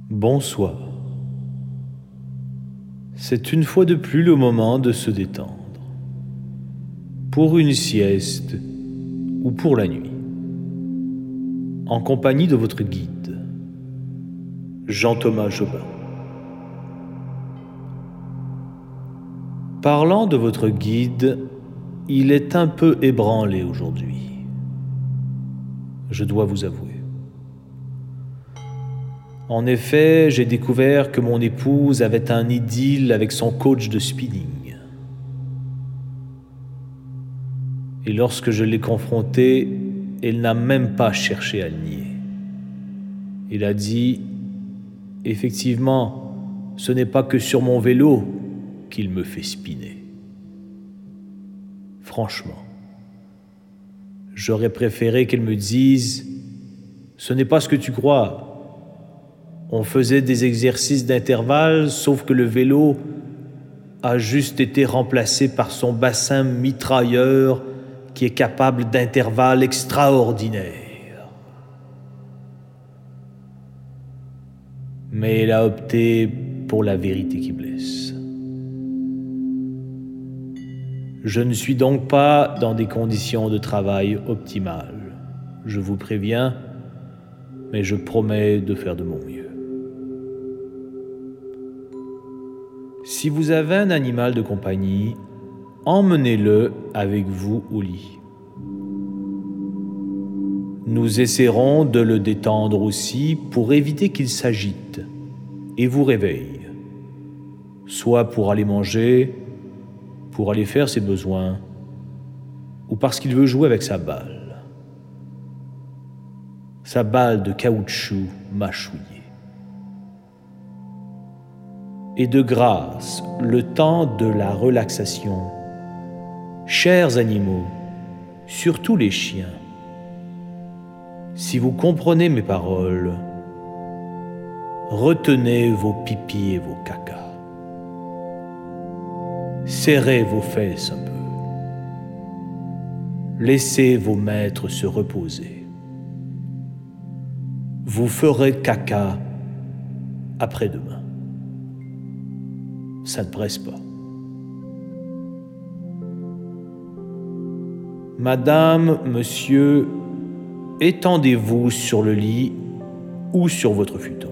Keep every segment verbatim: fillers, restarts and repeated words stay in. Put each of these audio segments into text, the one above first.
Bonsoir. C'est une fois de plus le moment de se détendre. Pour une sieste ou pour la nuit. En compagnie de votre guide, Jean-Thomas Jobin. Parlant de votre guide, il est un peu ébranlé aujourd'hui. Je dois vous avouer. En effet, j'ai découvert que mon épouse avait un idylle avec son coach de spinning. Et lorsque je l'ai confrontée, elle n'a même pas cherché à le nier. Elle a dit « Effectivement, ce n'est pas que sur mon vélo qu'il me fait spinner. » Franchement, j'aurais préféré qu'elle me dise « Ce n'est pas ce que tu crois. On faisait des exercices d'intervalle, sauf que le vélo a juste été remplacé par son bassin mitrailleur qui est capable d'intervalles extraordinaires. » Mais elle a opté pour la vérité qui blesse. Je ne suis donc pas dans des conditions de travail optimales. Je vous préviens, mais je promets de faire de mon mieux. Si vous avez un animal de compagnie, emmenez-le avec vous au lit. Nous essaierons de le détendre aussi pour éviter qu'il s'agite et vous réveille, soit pour aller manger, pour aller faire ses besoins, ou parce qu'il veut jouer avec sa balle. Sa balle de caoutchouc mâchouillée. Et de grâce, le temps de la relaxation. Chers animaux, surtout les chiens, si vous comprenez mes paroles, retenez vos pipis et vos cacas. Serrez vos fesses un peu. Laissez vos maîtres se reposer. Vous ferez caca après-demain. Ça ne presse pas. Madame, monsieur, étendez-vous sur le lit ou sur votre futon.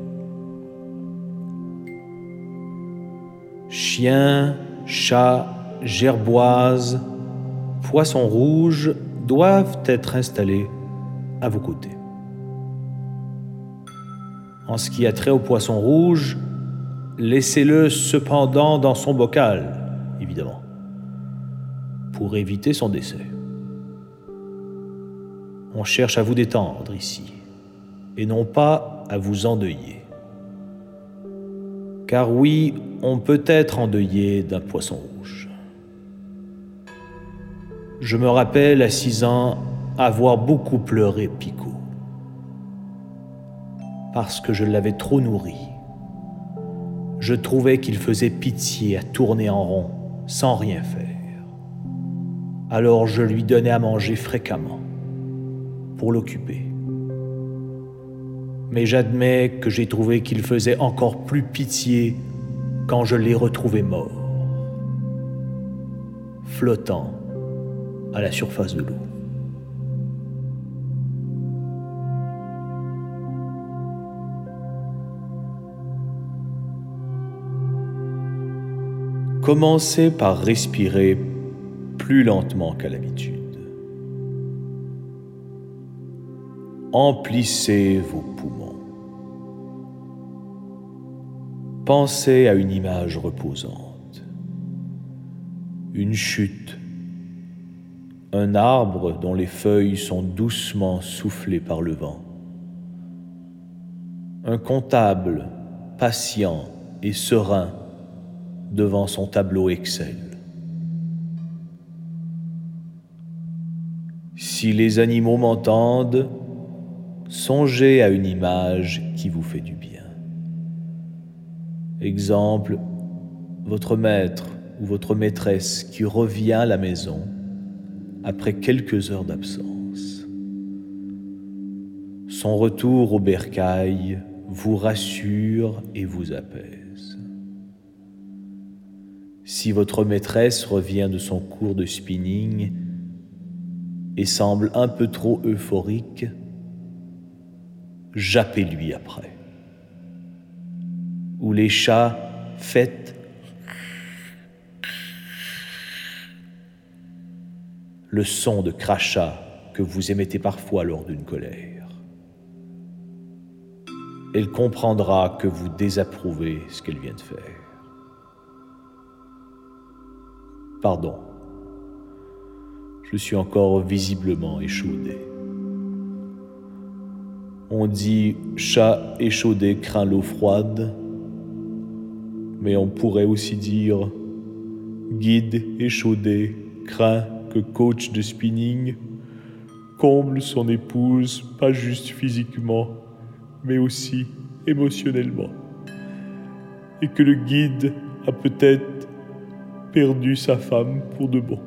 Chiens, chats, gerboises, poissons rouges doivent être installés à vos côtés. En ce qui a trait aux poissons rouges, laissez-le cependant dans son bocal, évidemment, pour éviter son décès. On cherche à vous détendre ici, et non pas à vous endeuiller. Car oui, on peut être endeuillé d'un poisson rouge. Je me rappelle à six ans avoir beaucoup pleuré Pico, parce que je l'avais trop nourri. Je trouvais qu'il faisait pitié à tourner en rond sans rien faire. Alors je lui donnais à manger fréquemment pour l'occuper. Mais j'admets que j'ai trouvé qu'il faisait encore plus pitié quand je l'ai retrouvé mort, flottant à la surface de l'eau. Commencez par respirer plus lentement qu'à l'habitude. Emplissez vos poumons. Pensez à une image reposante. Une chute. Un arbre dont les feuilles sont doucement soufflées par le vent. Un comptable patient et serein devant son tableau Excel. Si les animaux m'entendent, songez à une image qui vous fait du bien. Exemple, votre maître ou votre maîtresse qui revient à la maison après quelques heures d'absence. Son retour au bercail vous rassure et vous apaise. Si votre maîtresse revient de son cours de spinning et semble un peu trop euphorique, jappez-lui après. Ou les chats, faites le son de crachat que vous émettez parfois lors d'une colère. Elle comprendra que vous désapprouvez ce qu'elle vient de faire. Pardon, je suis encore visiblement échaudé. On dit « chat échaudé craint l'eau froide », mais on pourrait aussi dire « guide échaudé craint que coach de spinning comble son épouse pas juste physiquement, mais aussi émotionnellement, et que le guide a peut-être perdu sa femme pour de bon. »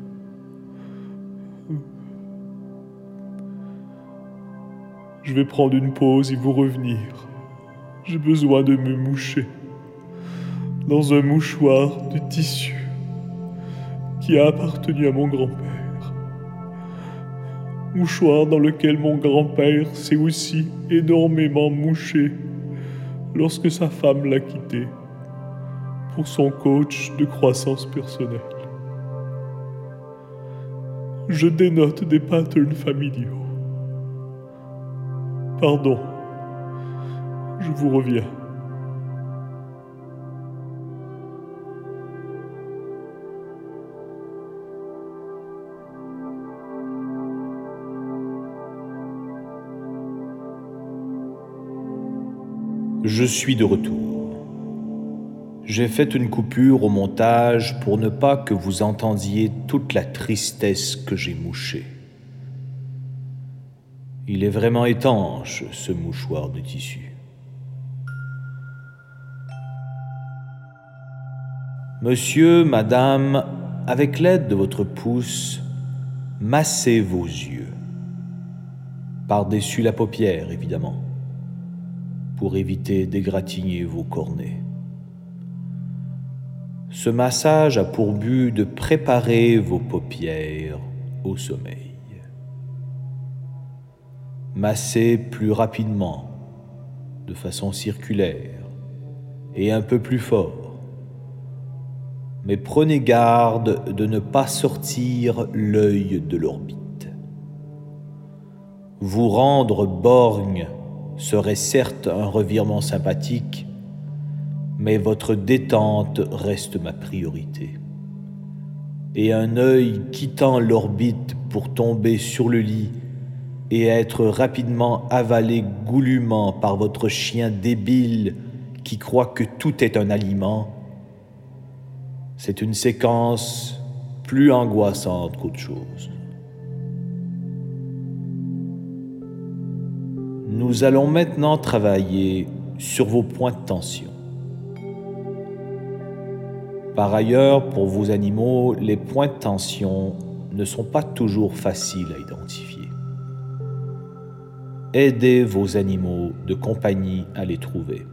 Je vais prendre une pause et vous revenir. J'ai besoin de me moucher dans un mouchoir de tissu qui a appartenu à mon grand-père. Mouchoir dans lequel mon grand-père s'est aussi énormément mouché lorsque sa femme l'a quitté pour son coach de croissance personnelle. Je dénote des patterns familiaux. Pardon, je vous reviens. Je suis de retour. J'ai fait une coupure au montage pour ne pas que vous entendiez toute la tristesse que j'ai mouchée. Il est vraiment étanche, ce mouchoir de tissu. Monsieur, madame, avec l'aide de votre pouce, massez vos yeux. Par-dessus la paupière, évidemment, pour éviter d'égratigner vos cornets. Ce massage a pour but de préparer vos paupières au sommeil. Massez plus rapidement, de façon circulaire et un peu plus fort. Mais prenez garde de ne pas sortir l'œil de l'orbite. Vous rendre borgne serait certes un revirement sympathique, mais votre détente reste ma priorité. Et un œil quittant l'orbite pour tomber sur le lit et être rapidement avalé goulûment par votre chien débile qui croit que tout est un aliment, c'est une séquence plus angoissante qu'autre chose. Nous allons maintenant travailler sur vos points de tension. Par ailleurs, pour vos animaux, les points de tension ne sont pas toujours faciles à identifier. Aidez vos animaux de compagnie à les trouver.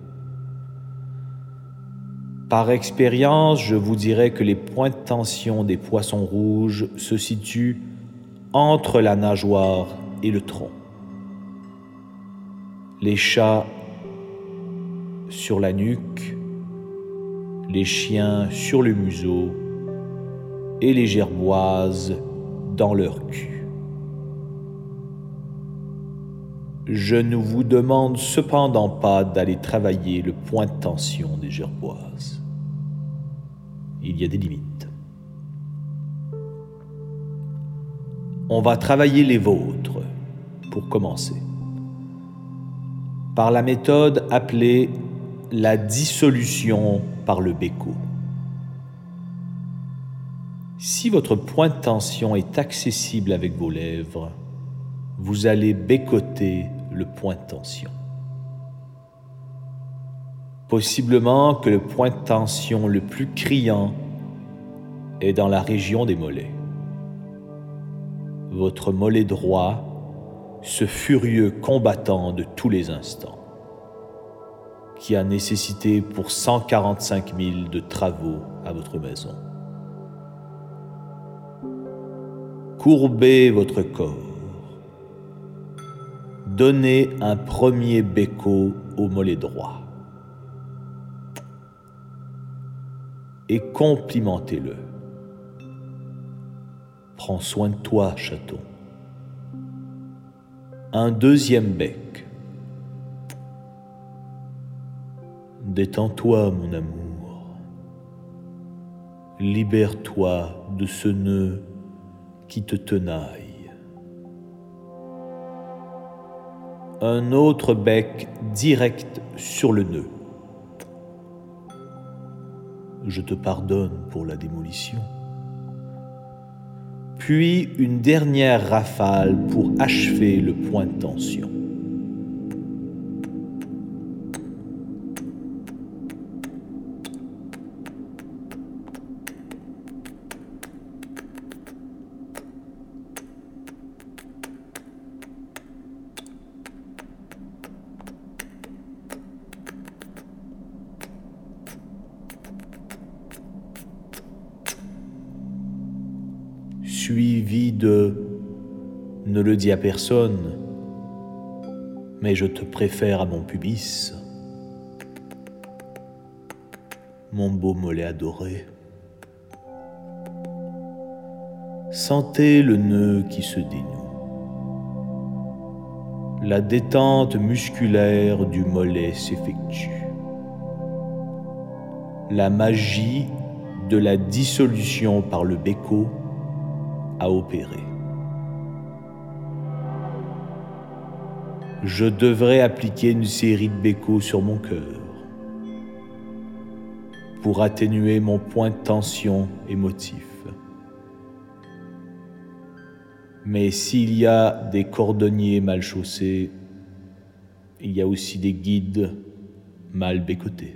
Par expérience, je vous dirais que les points de tension des poissons rouges se situent entre la nageoire et le tronc. Les chats sur la nuque, les chiens sur le museau et les gerboises dans leur cul. Je ne vous demande cependant pas d'aller travailler le point de tension des gerboises. Il y a des limites. On va travailler les vôtres, pour commencer, par la méthode appelée la dissolution par le béco. Si votre point de tension est accessible avec vos lèvres, vous allez bécoter le point de tension. Possiblement que le point de tension le plus criant est dans la région des mollets. Votre mollet droit, ce furieux combattant de tous les instants. qui a nécessité pour cent quarante-cinq mille de travaux à votre maison. Courbez votre corps. Donnez un premier béco au mollet droit. Et complimentez-le. Prends soin de toi, chaton. Un deuxième bec. Détends-toi, mon amour. Libère-toi de ce nœud qui te tenaille. Un autre bec direct sur le nœud. Je te pardonne pour la démolition. Puis une dernière rafale pour achever le point de tension. Suivi de « Ne le dis à personne, mais je te préfère à mon pubis, mon beau mollet adoré. » Sentez le nœud qui se dénoue. La détente musculaire du mollet s'effectue. La magie de la dissolution par le béco à opérer. Je devrais appliquer une série de bécos sur mon cœur pour atténuer mon point de tension émotif. Mais s'il y a des cordonniers mal chaussés, il y a aussi des guides mal bécotés.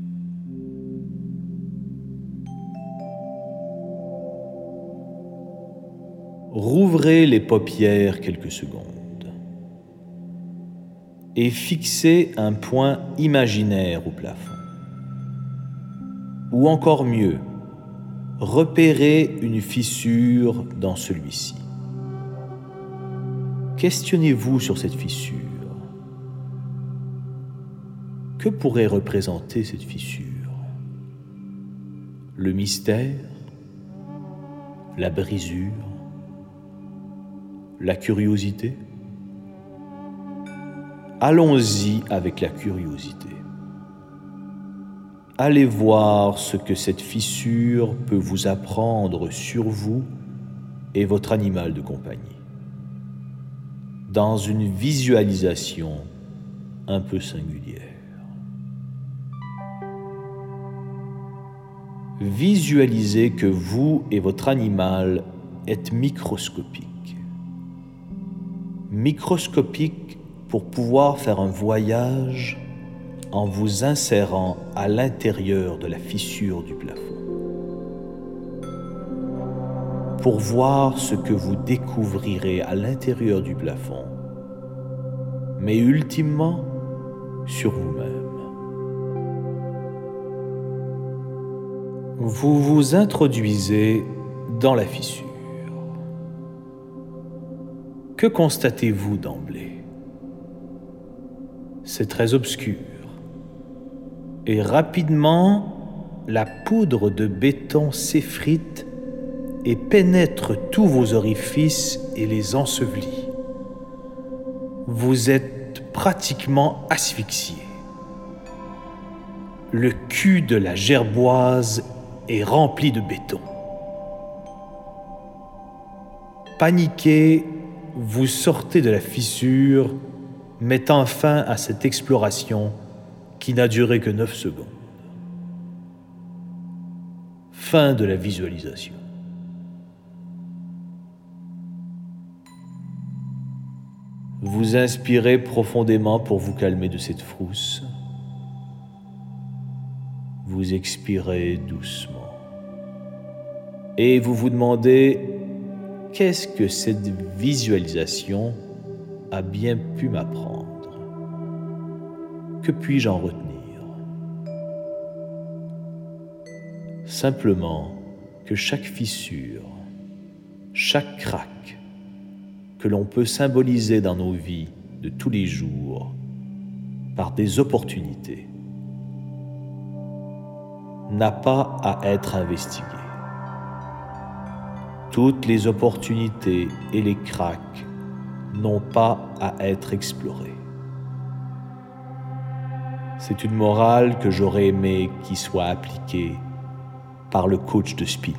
Rouvrez les paupières quelques secondes et fixez un point imaginaire au plafond. Ou encore mieux, repérez une fissure dans celui-ci. Questionnez-vous sur cette fissure. Que pourrait représenter cette fissure? Le mystère? La brisure? La curiosité? Allons-y avec la curiosité. Allez voir ce que cette fissure peut vous apprendre sur vous et votre animal de compagnie, dans une visualisation un peu singulière. Visualisez que vous et votre animal êtes microscopiques. Microscopique pour pouvoir faire un voyage en vous insérant à l'intérieur de la fissure du plafond. Pour voir ce que vous découvrirez à l'intérieur du plafond, mais ultimement sur vous-même. Vous vous introduisez dans la fissure. Que constatez-vous d'emblée? C'est très obscur. Et rapidement, la poudre de béton s'effrite et pénètre tous vos orifices et les ensevelit. Vous êtes pratiquement asphyxié. Le cul de la gerboise est rempli de béton. Paniqué, vous sortez de la fissure, mettant fin à cette exploration qui n'a duré que neuf secondes. Fin de la visualisation. Vous inspirez profondément pour vous calmer de cette frousse. Vous expirez doucement. Et vous vous demandez qu'est-ce que cette visualisation a bien pu m'apprendre? Que puis-je en retenir? simplement que chaque fissure, chaque craque que l'on peut symboliser dans nos vies de tous les jours par des opportunités n'a pas à être investiguée. Toutes les opportunités et les craques n'ont pas à être explorées. C'est une morale que j'aurais aimé qui soit appliquée par le coach de spinning.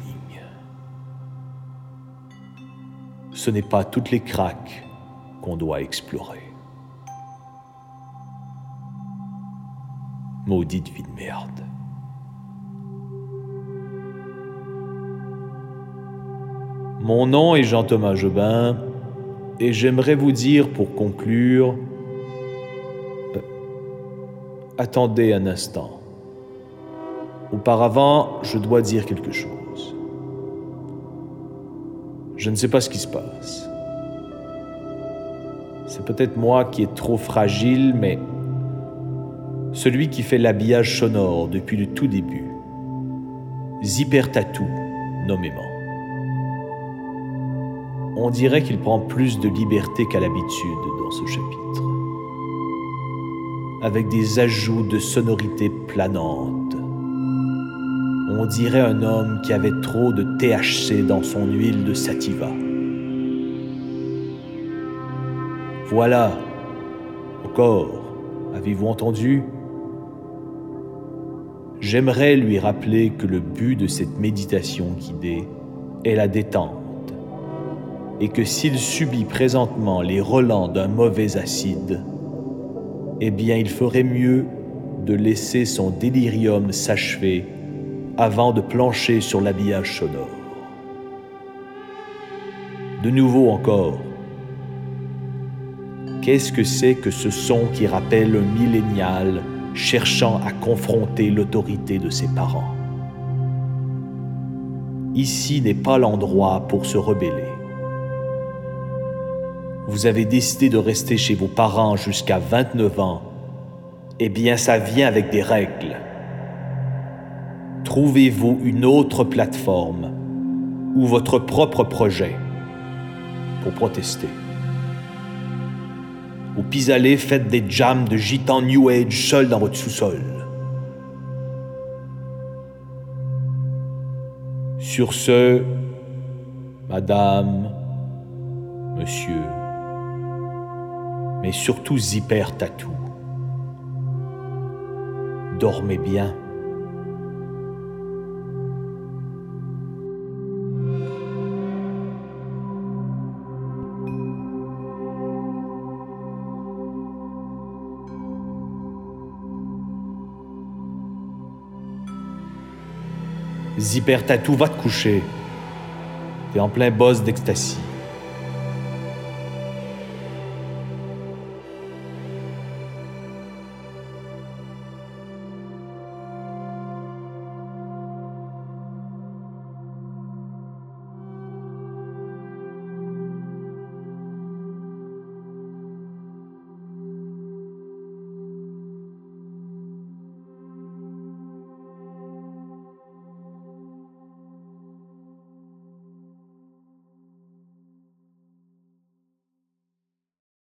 Ce n'est pas toutes les craques qu'on doit explorer. Maudite vie de merde. Mon nom est Jean-Thomas Jobin et j'aimerais vous dire pour conclure... Euh, attendez un instant. Auparavant, je dois dire quelque chose. Je ne sais pas ce qui se passe. C'est peut-être moi qui est trop fragile, mais celui qui fait l'habillage sonore depuis le tout début, Zipper Tattoo, nommément. On dirait qu'il prend plus de liberté qu'à l'habitude dans ce chapitre, avec des ajouts de sonorités planantes. On dirait un homme qui avait trop de T H C dans son huile de sativa. Voilà, encore, avez-vous entendu? J'aimerais lui rappeler que le but de cette méditation guidée est la détente, et que s'il subit présentement les relents d'un mauvais acide, eh bien il ferait mieux de laisser son délirium s'achever avant de plancher sur l'habillage sonore. De nouveau encore, qu'est-ce que c'est que ce son qui rappelle un millénial cherchant à confronter l'autorité de ses parents? Ici n'est pas l'endroit pour se rebeller. Vous avez décidé de rester chez vos parents jusqu'à vingt-neuf ans, eh bien ça vient avec des règles. Trouvez-vous une autre plateforme ou votre propre projet pour protester. Au pis-aller, faites des jams de gitans New Age seuls dans votre sous-sol. Sur ce, madame, monsieur, mais surtout Zipper Tattoo, dormez bien. Zipper Tattoo, va te coucher. T'es en plein boss d'ecstasy.